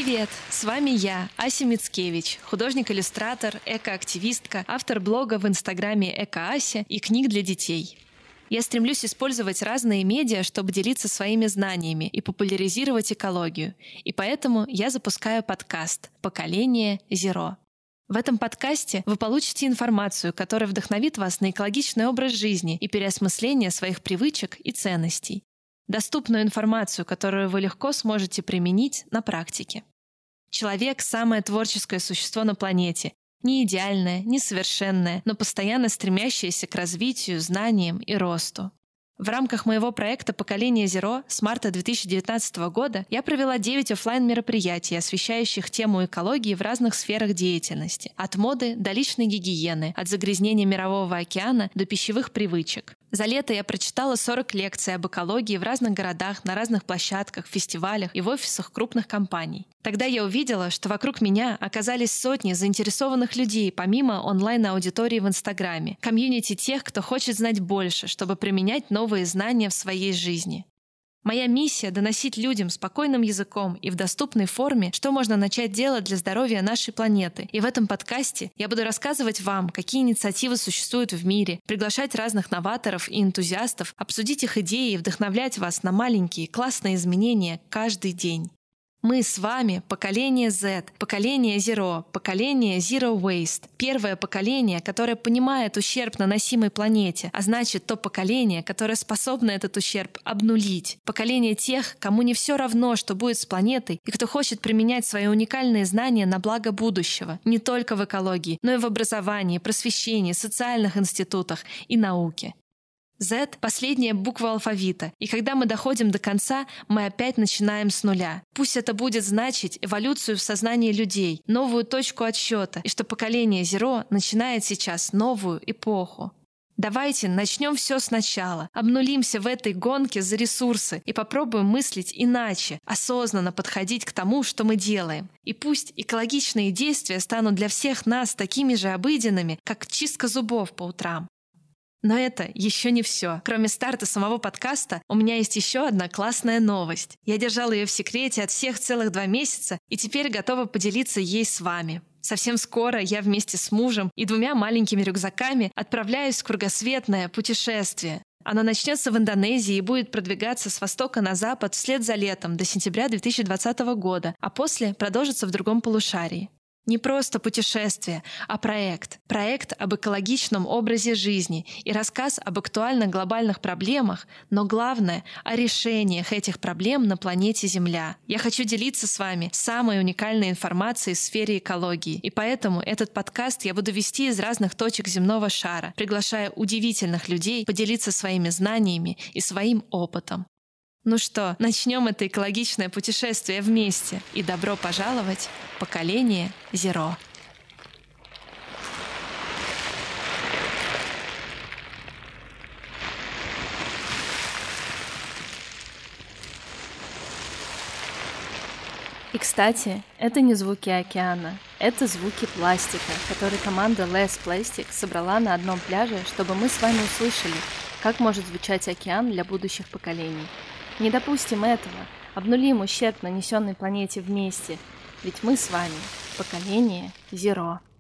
Привет! С вами я, Ася Мицкевич, художник-иллюстратор, экоактивистка, автор блога в инстаграме «Эко-Ася» и книг для детей. Я стремлюсь использовать разные медиа, чтобы делиться своими знаниями и популяризировать экологию. И поэтому я запускаю подкаст «Поколение Zero». В этом подкасте вы получите информацию, которая вдохновит вас на экологичный образ жизни и переосмысление своих привычек и ценностей. Доступную информацию, которую вы легко сможете применить на практике. Человек — самое творческое существо на планете. Не идеальное, не совершенное, но постоянно стремящееся к развитию, знаниям и росту. В рамках моего проекта «Поколение Zero» с марта 2019 года я провела 9 офлайн-мероприятий, освещающих тему экологии в разных сферах деятельности. От моды до личной гигиены, от загрязнения Мирового океана до пищевых привычек. За лето я прочитала 40 лекций об экологии в разных городах, на разных площадках, фестивалях и в офисах крупных компаний. Тогда я увидела, что вокруг меня оказались сотни заинтересованных людей, помимо онлайн-аудитории в Инстаграме, комьюнити тех, кто хочет знать больше, чтобы применять новые знания в своей жизни. Моя миссия — доносить людям спокойным языком и в доступной форме, что можно начать делать для здоровья нашей планеты. И в этом подкасте я буду рассказывать вам, какие инициативы существуют в мире, приглашать разных новаторов и энтузиастов, обсудить их идеи и вдохновлять вас на маленькие классные изменения каждый день. Мы с вами — поколение Z, поколение Zero, поколение Zero Waste. Первое поколение, которое понимает ущерб, наносимый планете, а значит, то поколение, которое способно этот ущерб обнулить. Поколение тех, кому не все равно, что будет с планетой, и кто хочет применять свои уникальные знания на благо будущего. Не только в экологии, но и в образовании, просвещении, социальных институтах и науке. Z — последняя буква алфавита, и когда мы доходим до конца, мы опять начинаем с нуля. Пусть это будет значить эволюцию в сознании людей, новую точку отсчета, и что поколение Zero начинает сейчас новую эпоху. Давайте начнем все сначала, обнулимся в этой гонке за ресурсы и попробуем мыслить иначе, осознанно подходить к тому, что мы делаем. И пусть экологичные действия станут для всех нас такими же обыденными, как чистка зубов по утрам. Но это еще не все. Кроме старта самого подкаста, у меня есть еще одна классная новость. Я держала ее в секрете от всех целых 2 месяца и теперь готова поделиться ей с вами. Совсем скоро я вместе с мужем и 2 маленькими рюкзаками отправляюсь в кругосветное путешествие. Оно начнется в Индонезии и будет продвигаться с востока на запад вслед за летом до сентября 2020 года, а после продолжится в другом полушарии. Не просто путешествие, а проект. Проект об экологичном образе жизни и рассказ об актуальных глобальных проблемах, но главное — о решениях этих проблем на планете Земля. Я хочу делиться с вами самой уникальной информацией в сфере экологии, и поэтому этот подкаст я буду вести из разных точек земного шара, приглашая удивительных людей поделиться своими знаниями и своим опытом. Ну что, начнем это экологичное путешествие вместе. И добро пожаловать в поколение Zero. И, кстати, это не звуки океана, это звуки пластика, который команда Less Plastic собрала на одном пляже, чтобы мы с вами услышали, как может звучать океан для будущих поколений. Не допустим этого, обнулим ущерб, нанесенный планете вместе, ведь мы с вами — поколение Zero.